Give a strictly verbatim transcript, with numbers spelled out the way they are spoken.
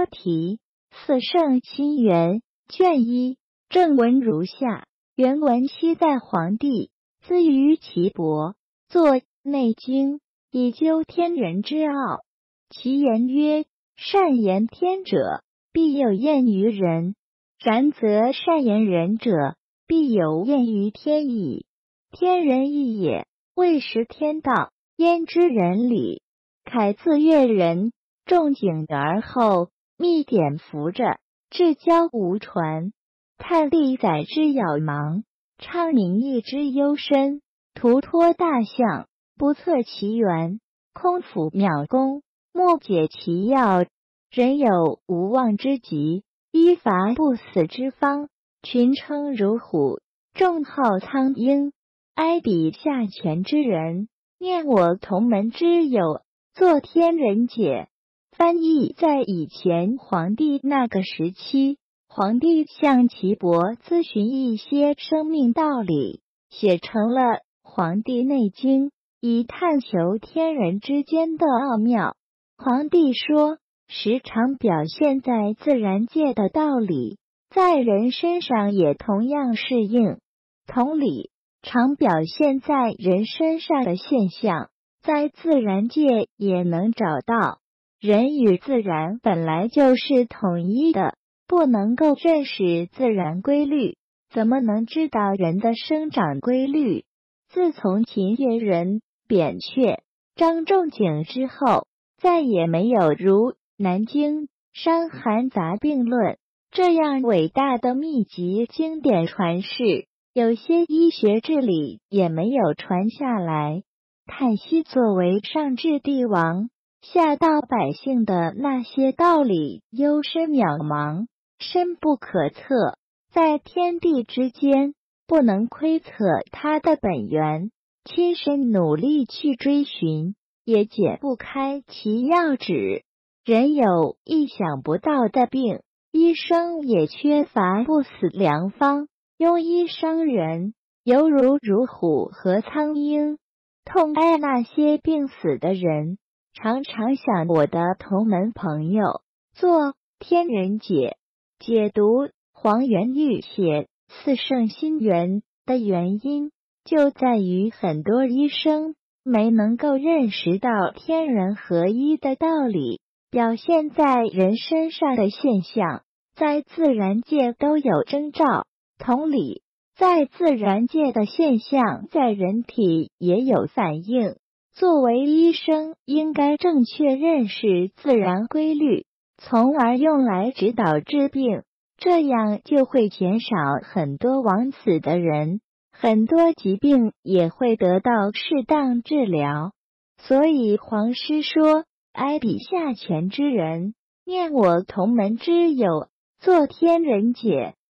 标题：四圣心源，卷一。正文如下。原文期在皇帝，资于岐伯，作《内经》，以究天人之奥。其言曰：善言天者，必有厌于人；然则善言人者，必有厌于天矣。天人义也，未识天道，焉知人理？凯自悦人，仲景而后，密典服着，至交无传。探历载之杳茫，昌明义之幽深，图托大象，不测其源，空俯渺功，莫解其要。人有无妄之极，依伐不死之方，群称如虎，众号苍鹰。哀彼下权之人，念我同门之友，作天人解。翻译在以前皇帝那个时期，皇帝向岐伯咨询一些生命道理，写成了《黄帝内经》，以探求天人之间的奥妙。皇帝说，时常表现在自然界的道理，在人身上也同样适应。同理，常表现在人身上的现象，在自然界也能找到。人与自然本来就是统一的，不能够认识自然规律，怎么能知道人的生长规律？自从秦越人、扁鹊、张仲景之后，再也没有如《南经》《伤寒杂病论》这样伟大的秘籍经典传世，有些医学治理也没有传下来。叹息作为上至帝王，下到百姓的那些道理幽深渺茫，深不可测，在天地之间，不能窥测它的本源，亲身努力去追寻，也解不开其要旨。人有意想不到的病，医生也缺乏不死良方，庸医伤人，犹如如虎和苍鹰。痛哀那些病死的人，常常想我的同门朋友，做天人解。解读黄元玉写四圣心源的原因，就在于很多医生没能够认识到天人合一的道理，表现在人身上的现象，在自然界都有征兆。同理，在自然界的现象，在人体也有反应。作为医生，应该正确认识自然规律，从而用来指导治病，这样就会减少很多枉死的人，很多疾病也会得到适当治疗。所以黄师说，哀彼下权之人，念我同门之友，作天人解。